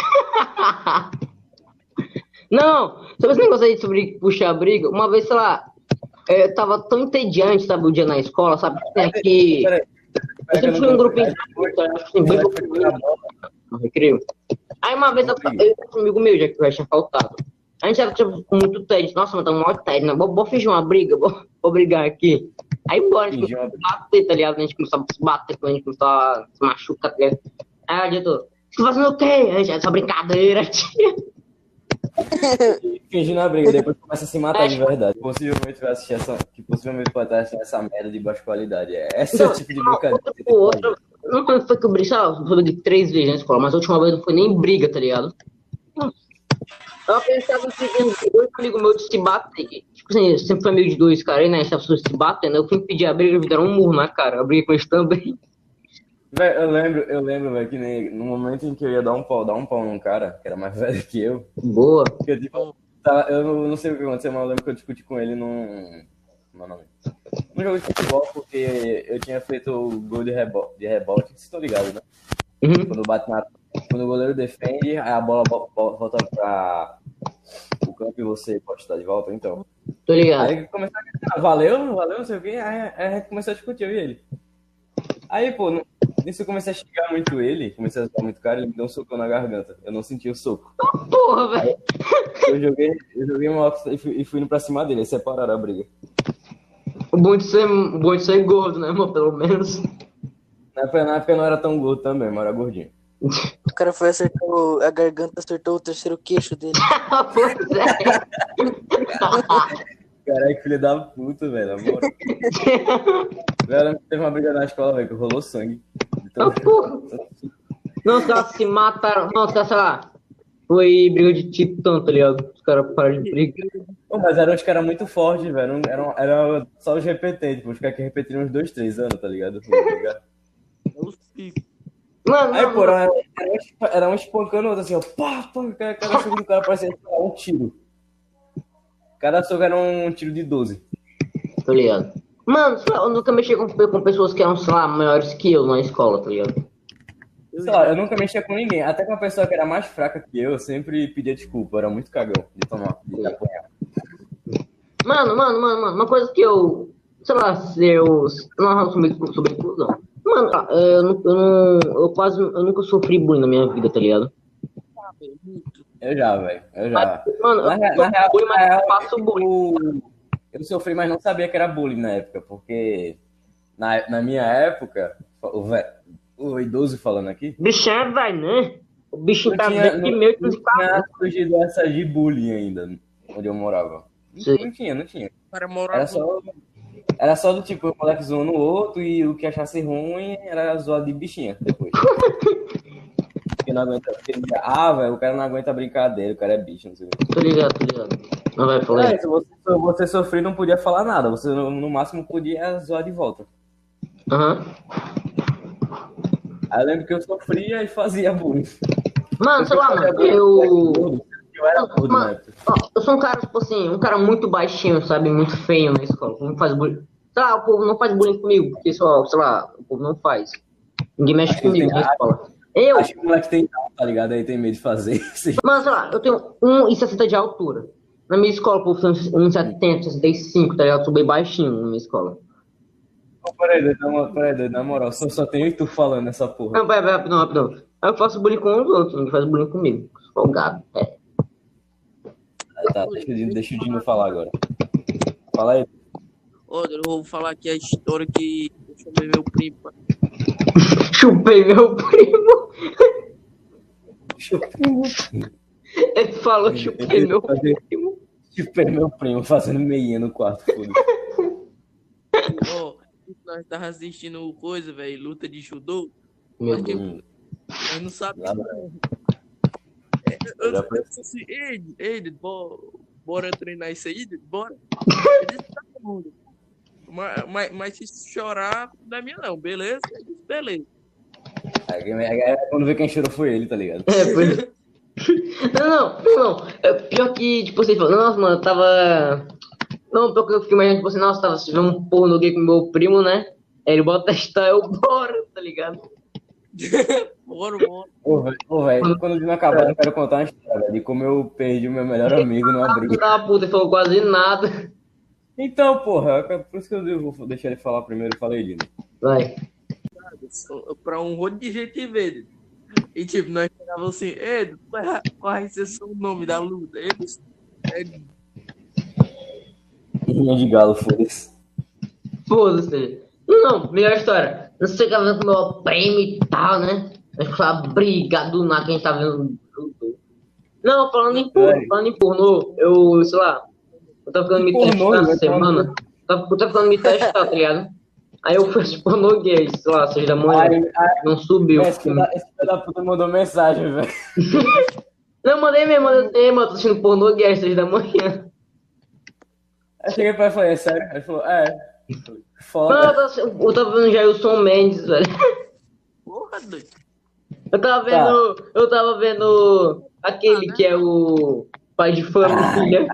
Não, sobre esse negócio aí sobre puxar a briga, uma vez, sei lá, eu tava tão entediante, sabe, o dia na escola, sabe, que tem aqui... Eu sempre fui um grupinho de acho que tem bem no recreio. Aí uma vez eu com um amigo meu, já que eu tinha faltado. A gente era tipo, com muito tédio. Nossa, mas tá um maior tédio, né? Vou fingir uma briga, vou brigar aqui. Aí embora, a gente começou a se bater, tá ligado? A gente começou a se bater, a gente começou a se machucar, tá ligado? Aí eu tô, você tá fazendo o quê? A gente, essa brincadeira, tia. Fingindo a briga, depois começa a se matar de verdade. Possivelmente vai assistir pode estar assistindo essa merda de baixa qualidade. Esse é o tipo de brincadeira. Não foi que eu briguei, foi de 3 vezes na escola, mas a última vez não foi nem briga, tá ligado? Eu pensava que dois amigos meus de se bater. Tipo assim, sempre foi amigo de 2 caras, né? As pessoas se batendo. Eu fui pedir a briga, eles me deram um murro na cara. Eu briguei com eles também. Véio, eu lembro, velho, que no momento em que eu ia dar um pau num cara, que era mais velho que eu. Boa. Que, tipo, eu não sei o que aconteceu, mas eu lembro que eu discuti com ele num jogo de futebol, porque eu tinha feito o gol de rebote, vocês estão ligados, né? Uhum. Quando o goleiro defende, aí a bola volta pra o campo e você pode estar de volta, então. Tô ligado. Aí começou a gritar, valeu, não sei o quê, aí a gente começou a discutir, eu e ele. Aí, pô, nisso eu comecei a xingar muito ele, comecei a zoar muito cara, ele me deu um socão na garganta. Eu não senti o soco. Porra, velho. Eu joguei uma óculos e fui indo pra cima dele, aí separaram a briga. O bom de ser gordo, né, mano? Pelo menos. Na época eu não era tão gordo também, mas era gordinho. O cara foi acertar a garganta, acertou o terceiro queixo dele. Pois é. Caralho, que filho da puta, velho, na moral. Velho, teve uma briga na escola, velho, que rolou sangue. Então... Não, os caras se mataram. Não, os caras, sei lá, foi briga de titã, tá ligado? Os caras pararam de briga. Pô, mas eram uns caras muito fortes, velho. Era só os repetentes, tipo, os caras que repetiram uns 2, 3 anos, tá ligado? Mano, aí, pô, era um espancando o outro, assim, ó. Pá, cada soco do cara parecia um tiro. Cada soco era um tiro de 12. Tô ligado. Mano, eu nunca mexi com pessoas que eram, sei lá, maiores que eu na escola, tá ligado? Sei lá, eu nunca mexia com ninguém. Até com uma pessoa que era mais fraca que eu sempre pedia desculpa. Eu era muito cagão de apanhar. Mano, uma coisa que eu... Sei lá, se eu... Não, sobre inclusão. Mano, eu nunca sofri bullying na minha vida, tá ligado? Eu já, velho. Eu já. Mano, Na eu real, bullying, mas eu faço tipo, bullying. eu sofri, mas não sabia que era bullying na época, porque na minha época, o idoso falando aqui, Bicho é velho, né? O bicho não tá tinha, bem não, que meu não de tinha surgido essa de bullying ainda, onde eu morava. Sim. Não tinha. O cara morava Era só do tipo, o moleque zoando o outro e o que achasse ruim era zoado de bichinha depois. Porque não aguenta. Velho, o cara não aguenta brincadeira, o cara é bicho, não sei o que. Tô ligado. Não vai falar. Se você sofrer, não podia falar nada. Você no máximo podia zoar de volta. Aham. Aí eu lembro que eu sofria e fazia bullying. Mano, sei lá, mano, Eu era gordo na Mano, época. ó, eu sou um cara, tipo assim, um cara muito baixinho, sabe? Muito feio na escola. Não faz bullying. Sei lá, o povo não faz bullying comigo, porque só, sei lá, o povo não faz. Ninguém mexe Acho que comigo na escola. Eu, Acho que o moleque tem calma, tá ligado? Aí tem medo de fazer. mano, sei lá, eu tenho 1,60 de altura. Na minha escola, o povo tem 1,70, 65, tá ligado? Eu sou bem baixinho na minha escola. Peraí, doido, na moral, só tenho tu falando essa porra. Não, pera, rapidão. Aí eu faço bullying com os outros, ninguém faz bullying comigo. Folgado, é. Tá, deixa o Dino falar agora. Fala aí. Olha, eu vou falar aqui a história que eu chamei meu primo. Chupei meu primo. Ele falou chupei meu primo. Chupei meu primo fazendo meia no quarto, foda-se. Ó, nós tava assistindo coisa, velho, luta de judô. Meu Mas, Deus. tipo, nós não sabia. Nada. Eu disse assim, ei, bora treinar isso aí, bora. Ele disse, tá bom. Mas se chorar, não é minha não, beleza? Eu disse, beleza. Aí, quando vê quem chorou foi ele, tá ligado? É, pois. Não. É pior que, tipo, você falou, nossa, mano, eu tava. Não, pior que eu fiquei imaginando, tipo assim, nossa, tava assistindo um porno gay com meu primo, né? Aí ele bota a história, eu bora, tá ligado? Bora. Ô, velho, quando o Dino acabar, eu quero contar uma história de como eu perdi o meu melhor amigo numa briga. Filho da puta, ele falou quase nada. Então, porra, por isso que eu vou deixar ele falar primeiro. Falei, Dino. Vai. Pra um monte de gente ver. E tipo, nós falávamos assim, Edu, qual vai ser o nome da luta? Eles. Rinha de galo, foda-se. Foda-se. Não, melhor história. Não sei o que tava vendo com meu primo e tal, né? A gente foi brigar do nada que a gente tava vendo. Não, falando em pornô, eu, sei lá, eu tava ficando me testar essa semana. Eu tava ficando me testar, tá ligado? Aí eu fui assistir pornô gay, sei lá, 6 da manhã. Não subiu. Esse filho da puta mandou mensagem, velho. Não, mandei mesmo, mano, tô assistindo pornô gay às 6 da manhã. Aí cheguei pra ele e falei, é sério? Ele falou, foda. Mano, eu tava vendo Jailson Mendes, velho. Porra, doido. Eu tava vendo aquele que é o pai de família.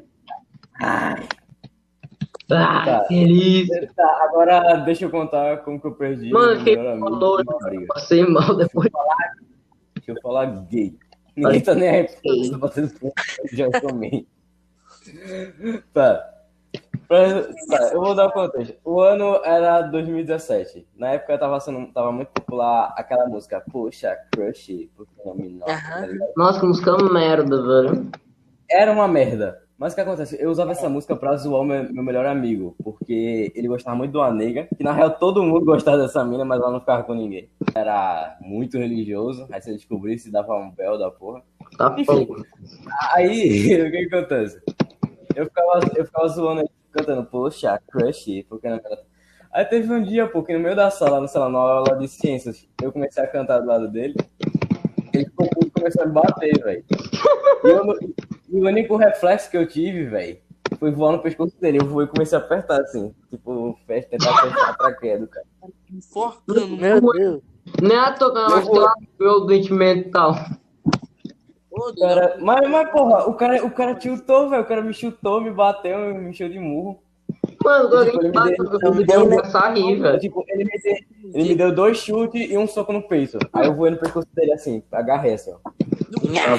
Tá. Feliz. Tá, agora deixa eu contar como que eu perdi Mano, meu eu fiquei melhor amigo falando, numa briga. passei mal depois. Deixa eu falar gay. Ninguém tá nem aí pra bater já também. Tá, eu vou dar o contexto. O ano era 2017. Na época tava muito popular aquela música, Poxa, Crush, porque o nome não. Tá ligado? Nossa, que música merda, velho. Era uma merda. Mas o que acontece? Eu usava essa música pra zoar o meu melhor amigo, porque ele gostava muito de uma nega, que na real todo mundo gostava dessa mina, mas ela não ficava com ninguém. Era muito religioso, aí se ele descobrisse, dava um belo da porra. Tá pouco. Aí, o que acontece? Eu ficava zoando ele, cantando, poxa, crush, porque não era... Aí teve um dia, pô, que no meio da sala, na aula de ciências, eu comecei a cantar do lado dele, ele ficou puto e começou a me bater, velho. E o único reflexo que eu tive, velho, foi voar no pescoço dele. Eu fui e comecei a apertar, assim, tipo, tentar fechar pra queda, cara. Enforcando, Meu Deus. Nem a tocar na meu doente mental. Cara, mas, porra, o cara tiltou, velho. O cara me chutou, me bateu, me encheu de murro. Mano, quando Tipo, ele bateu, eu começar a rir, velho. Tipo, ele me deu 2 chutes e um soco no peito. Aí eu voei no pescoço dele assim, agarrei assim, ó.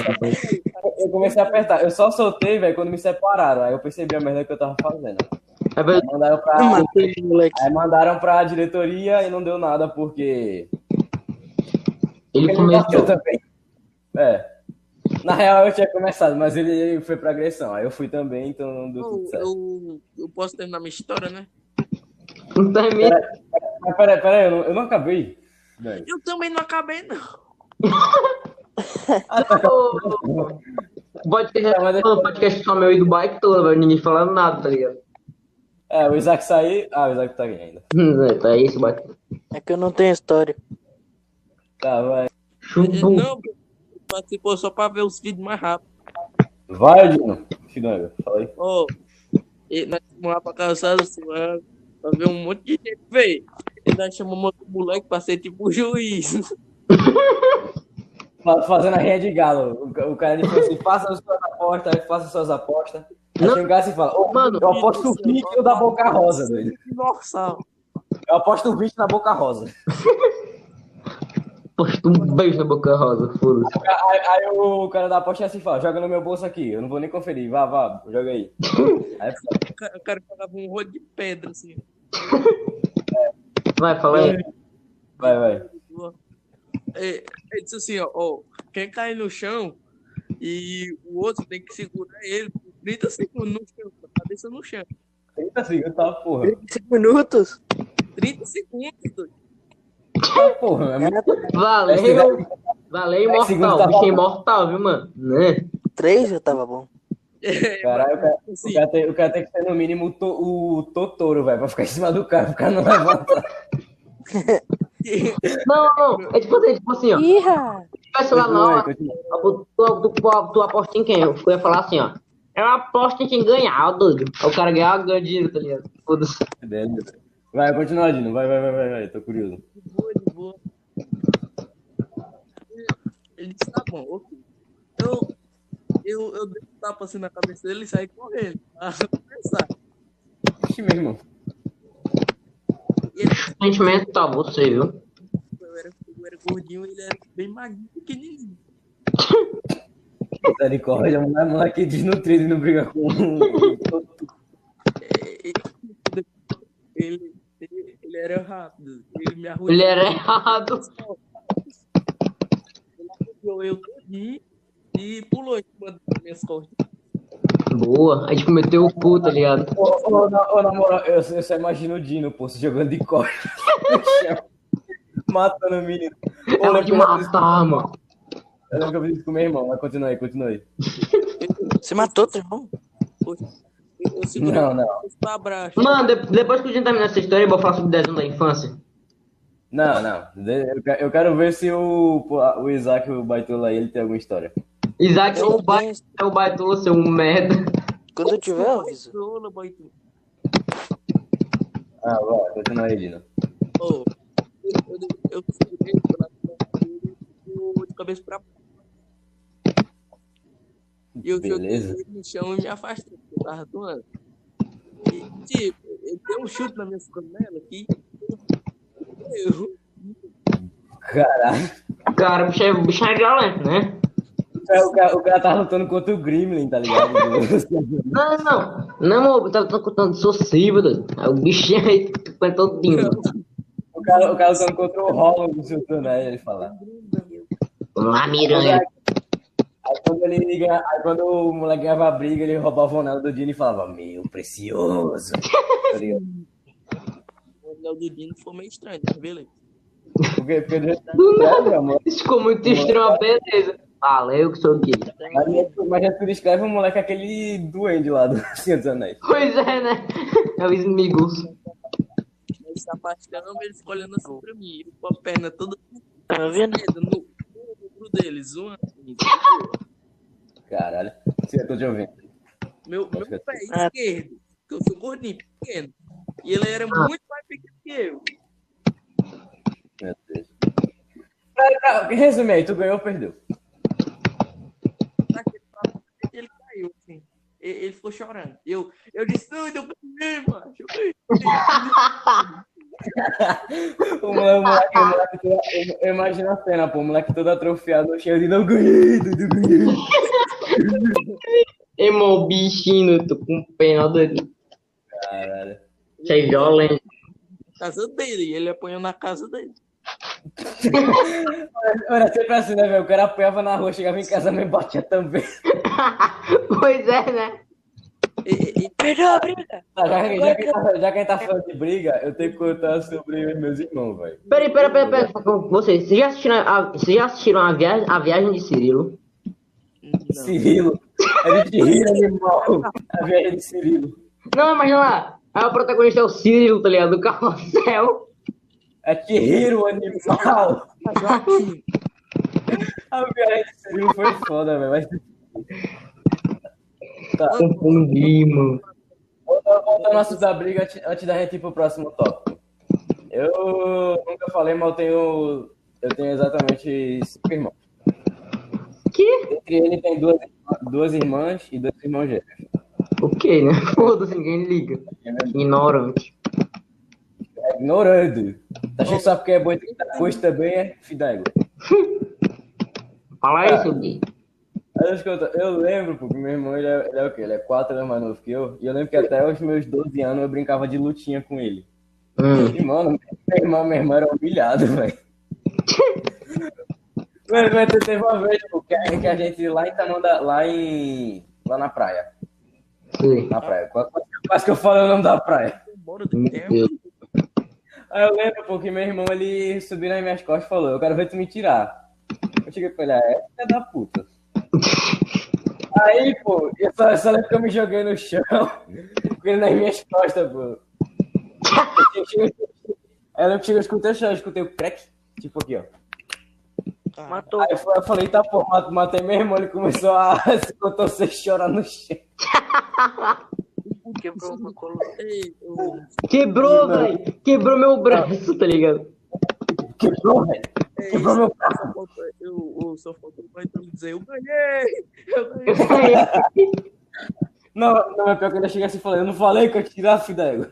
Eu comecei a apertar. Eu só soltei, velho, quando me separaram. Aí eu percebi a merda que eu tava fazendo. É pra- Mandaram pra, Matei o moleque. aí mandaram pra diretoria e não deu nada porque Ele ele bateu começou. também. É. Na real eu tinha começado, mas ele foi pra agressão. Aí eu fui também, então não deu tudo certo. Eu posso terminar minha história, né? Não termina. Mas peraí, eu não acabei. Não. Eu também não acabei, não. Podcast só meu e do bike todo, velho. Ninguém falando nada, tá ligado? É, o Isaac saiu. Ah, o Isaac tá aí ainda. Tá isso, bike. É que eu não tenho história. Tá, vai. Chumbo. Não, participou só pra ver os vídeos mais rápido. Vai, Dino. Filho, fala aí. Ó, nós fomos lá pra calçada, suando, pra ver um monte de gente, véi. E nós chamamos outro moleque pra ser tipo o juiz. Fazendo a rinha de galo. O cara ele falou assim: faça suas apostas. Aí Não. chega um cara assim e fala: ô, Mano, eu aposto 20 da Boca Rosa, velho. Nossa, Eu aposto 20 na Boca Rosa. Posto um beijo na boca rosa, foda-se. Aí o cara da aposta assim fala: joga no meu bolso aqui, eu não vou nem conferir, vá, joga aí. Aí o cara pagava um rolo de pedra, assim. Vai, fala aí. vai. Ele disse assim, ó, quem cair no chão e o outro tem que segurar ele por 30 segundos no chão, com a cabeça no chão. 30 segundos, tá, porra. 5 minutos? 30 segundos, doido. Tá, porra, é muito... Valeu, segundos imortal. tá Bicho é bom. imortal, viu, mano? Né? 3 já tava bom. Caralho, Assim, o cara tem que ter no mínimo o Totoro, velho, pra ficar em cima do cara, pro cara não levantar. Não. É tipo assim, ó. Iha! Se tivesse lá na hora, Continua. tu aposta em quem? Eu ia falar assim, ó. Eu aposto em quem ganhar, ó, doido. Aí o cara ganha dinheiro, tá ligado? Foda-se. Vai, continua, Dino, vai, tô curioso. de boa. Ele disse, tá bom, ok. Eu dei um tapa assim na cabeça dele e saí correndo. Pra começar. Ixi, meu irmão. E ele, Sentimento tá você, viu? eu era gordinho e ele era bem magrinho, pequenininho. Misericórdia, moleque desnutrido e não briga com Ele era rápido. Ele me arrojou. Ele era errado. Ele arrojou eu todinho e pulou em cima das minhas costas. Boa. A gente meteu o cu, tá ligado? Na moral, eu só imagino o Dino, pô, se jogando de costas no chão, matando o menino. É hora de matar, mano. Eu lembro que eu fiz isso com meu irmão, mas continua aí. Você matou teu irmão? Eu segurei Não. o pra abraço. Mano, depois que a gente terminar essa história, eu vou falar sobre desenho da infância. Não. Eu quero ver se o Isaac, o Baitola aí, ele tem alguma história. Isaac Eu é o baitola, seu merda. Quando eu tiver, eu aviso. Ah, vai, continua aí, Dino. Eu segurei o braço de cabeça pra baixo. E eu joguei Beleza. ele no chão e me afastei, porque eu tava doando. E, tipo, ele deu um chute na minha canela aqui. Caralho. Cara, o bicho é violento, né? O cara tá lutando contra o Gremlin, tá ligado? Não, amor, eu tava contando sociável, doido. Aí o bichinho aí foi todinho. O cara lutando contra o Hollow do seu Tonai, ele fala. Vamos lá, miranha. Aí quando o moleque ganhava a briga, ele roubava o anel do Dino e falava, meu precioso. Tá ligado? O anel do Dino foi meio estranho, né? Beleza. Porque do jeito Do que nada. é, amor. Isso ficou muito estranho, uma beleza. Valeu que sou gay. Mas já tu descreve o moleque aquele duende lá do Senhor dos Anéis. Pois é, né? É o inimigos. Ele se afastando, ele ficou olhando assim pra mim. Eu com a perna toda Tá vendo? no ombro dele, zoando. Caralho. Sim, eu tô te ouvindo. Meu pé Ah. esquerdo, que eu sou gordinho, pequeno. E ele era muito mais pequeno que eu. Meu Deus. Resume aí, tu ganhou ou perdeu? Ele caiu, assim. Ele ficou chorando. Eu disse, não, eu ganhei, macho. O moleque, eu imagino a cena, pô, o moleque todo atrofiado no chão de não ganhei, tudo ganhei. Irmão, bichinho, eu tô com pena dele. Caralho. Isso é violento. Casa dele, ele apanhou na casa dele. Era sempre assim, né, velho? O cara apanhava na rua, chegava em casa, me batia também. Pois é, né? Perdeu a briga. Tá, já que a gente tá falando de briga, eu tenho que contar sobre os meus irmãos, velho. Peraí. Vocês já assistiram a viagem de Cirilo? Não. Cirilo. A gente ri, animal. A viagem de Cirilo. Não, imagina lá. Aí o protagonista é o Cirilo, tá ligado? Do carrossel. É Chihiro, animal. A viagem de Cirilo foi foda, velho. Mas... Tá. Confundi, mano. Voltando ao assunto da briga, antes da gente ir pro próximo tópico. Eu nunca falei, mas eu tenho exatamente 5 irmãos. Que? Entre eles tem duas irmãs e 2 irmãos gêmeos. O que, né? Foda-se, ninguém liga. Ignorante. É ignorante. Tá achando que só porque é bom de coisa também é fidalgo. Fala isso, Gui. Eu lembro, porque meu irmão, ele é o quê? Ele é 4 anos mais novo que eu. E eu lembro que até os meus 12 anos eu brincava de lutinha com ele. E, mano, meu irmão era humilhado, velho. Mas teve uma vez, pô, que a gente lá em Tamanda, lá na praia. Sim. Na praia. Quase que eu falo o nome da praia. Bora do Meu tempo. Deus. Aí eu lembro, porque meu irmão, ele subiu nas minhas costas e falou, eu quero ver tu me tirar. Eu cheguei pra ele, filha da puta. Aí, pô, eu só lembro que eu me joguei no chão, com ele nas minhas costas, pô. Aí eu lembro que eu escutei o chão, eu escutei o crack, tipo aqui, ó. Matou. Aí eu falei, tá, pô, matei meu irmão, ele começou a se contorcer e chorar no chão. Quebrou uma coluna. Ei, Quebrou, velho. Quebrou meu braço, tá ligado? Quebrou, velho. Quebrou meu braço. eu só faltou vai então dizer, eu ganhei! Eu ganhei! Não, é pior que eu ainda cheguei assim e falei, eu não falei que eu ia tirar a filha d'égua.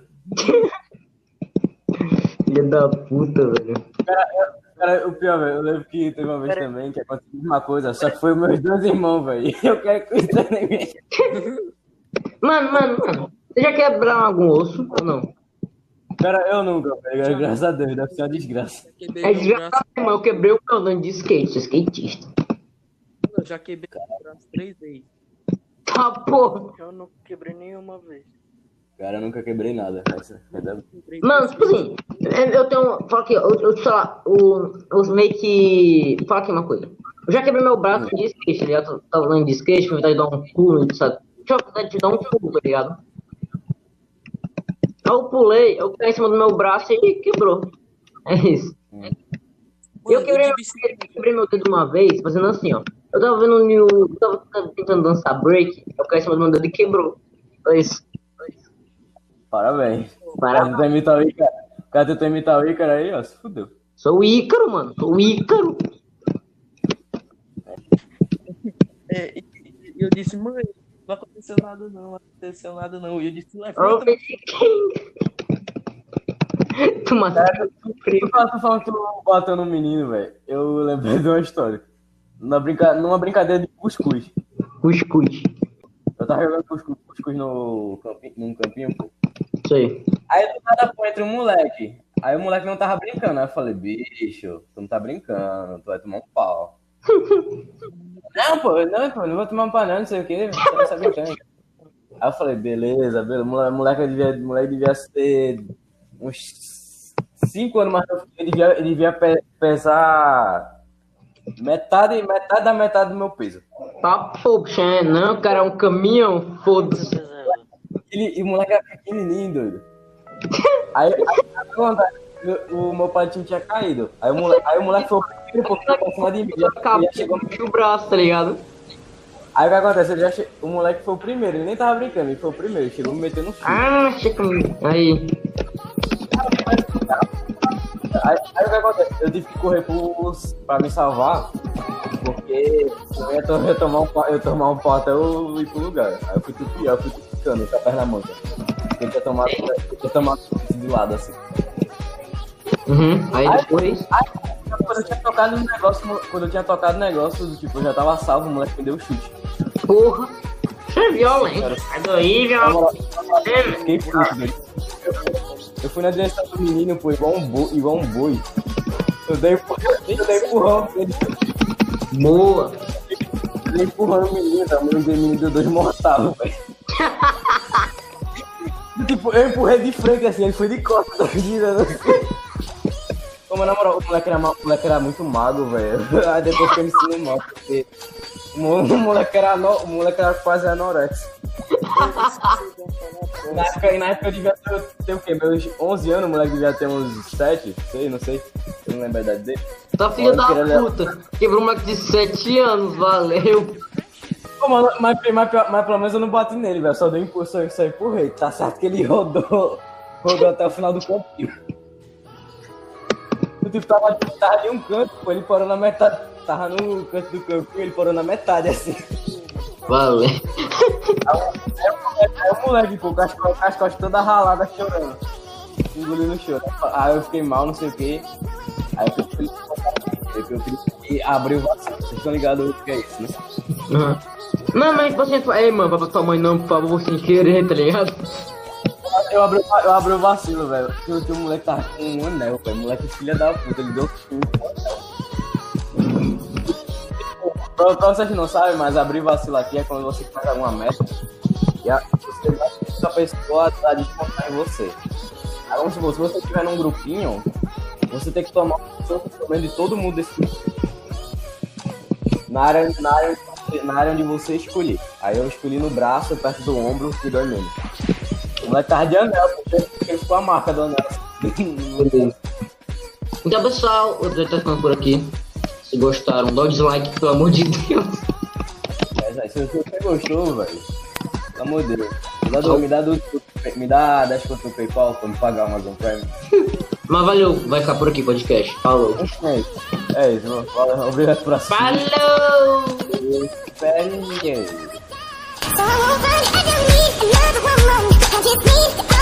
Filha da puta, velho. Cara, o pior, velho, eu lembro que teve uma vez também que aconteceu a mesma coisa, só que foi os meus 2 irmãos, velho. Eu quero que isso nem mexa. Mano. Você já quebraram algum osso ou não? Cara, eu nunca, velho. Graças a Deus, deve ser uma desgraça. É desgraçado, irmão. Eu quebrei o meu andando de skate, skatista. Eu já quebrei o braço 3 vezes. Tá, porra. Eu não quebrei nenhuma vez. Cara, eu nunca quebrei nada. Mano, tipo assim, eu tenho. Fala aqui, eu sei lá, os meio que. Fala aqui uma coisa. Eu já quebrei meu braço de skate, tá ligado? Tava andando de skate, fui vontade de dar um pulo, sabe? Tinha vontade de dar um pulo, tá ligado? Eu pulei, eu caí em cima do meu braço e quebrou. É isso. Mano, Eu quebrei meu dedo uma vez, fazendo assim, ó. Eu tava vendo o New. Eu tava tentando dançar break, eu caí em cima do meu dedo e quebrou. Foi isso. Parabéns. Parabéns. Tentou imitar o Ícaro. O cara tentou imitar o Ícaro aí, ó, se fudeu. Sou o Ícaro, mano. Sou o Ícaro. E eu disse, mãe, não aconteceu nada não. E eu disse, Eu levanta. pensei quem? Tu matou Tu falando que tu bateu no menino, velho. Eu lembrei de uma história. Numa brincadeira de cuscuz. cuscuz. Eu tava jogando cuscuz num campinho, pô. Isso aí. Aí do nada pô, entra um moleque. Aí o moleque não tava brincando. Aí eu falei, bicho, tu não tá brincando, tu vai tomar um pau. Não, pô, não vou tomar um pau não sei o que, você não tá brincando. Aí eu falei, beleza. O moleque devia ser uns 5 anos mais novo. Ele devia pesar metade do meu peso. Tá, poxa, não, cara, é um caminhão, foda-se. E o moleque era pequenininho, doido. Aí o meu patinho tinha caído. Aí o moleque foi o primeiro porque tava acima de mim. Já chegou no braço, tá ligado? Aí o que acontece? O moleque foi o primeiro, ele nem tava brincando, ele foi o primeiro, chegou me metendo no chute. Ah, chega. Aí. Aí o que acontece? Eu tive que correr pra me salvar, porque eu ia tomar um pau até eu ir pro lugar. Aí eu fui tupicando com a perna manca. Eu tinha tomado de lado assim. Aí depois. Quando eu tinha tocado no negócio, tipo, eu já tava salvo, o moleque me deu um chute. Porra! Você é violento. Sai daí, violento. Fiquei puto, velho. Eu fui na direção do menino, pô, igual um boi. Eu dei empurrão pra ele. Boa. Eu dei empurrando o menino, a mãe do menino deu 2 mortais, velho. Tipo, eu empurrei de frente assim, ele foi de costas, girando assim. Como na moral, o moleque era muito magro, velho. Aí depois que eu me ensino mal, porque o moleque era quase anorexo. Na época eu devia ter o quê? Meus 11 anos, o moleque devia ter uns 7, não sei. Eu não lembro a idade dele. Tá filho da puta. Quebrou um moleque de 7 anos, valeu. Pô, mano, mas pelo menos eu não bati nele, velho. Só dei impulso, só empurrei. Tá certo que ele rodou até o final do campinho. O tipo tava de um canto, pô, ele parou na metade. Tava no canto do campinho, ele parou na metade, assim. Valeu. Aí o moleque, pô, com as costas toda ralada, chorando. Engolindo choro. Aí eu fiquei mal, não sei o que. Aí eu queria abrir o vacilo. Vocês estão ligados o que é isso, né? Uhum. Não, mas você ei, mano, pra tua mãe não, por favor, sem querer, tá ligado? Eu abri o vacilo, velho. Porque o moleque tava com um anel, velho. O moleque filha da puta, ele deu pra vocês que não sabem, mas abrir vacilo aqui é quando você faz alguma meta e você vai ter a pessoa a descontar em você. Aí vamos supor, se você estiver num grupinho, você tem que tomar um de todo mundo desse grupo. Na área onde você escolher. Aí eu escolhi no braço, perto do ombro, que dói menos. O moleque tava de anel, porque ele ficou a marca do anel. Então, pessoal, eu tô ficando por aqui. Se gostaram, dá o dislike, pelo amor de Deus. Se você gostou, velho, pelo amor de Deus, me dá 10 conto no PayPal pra me pagar o Amazon Prime. Mas valeu, vai ficar por aqui, podcast. Falou. É isso, mano. Obrigado por assistir. Falou! Espere ninguém. So I won't find enemies, another woman, I just need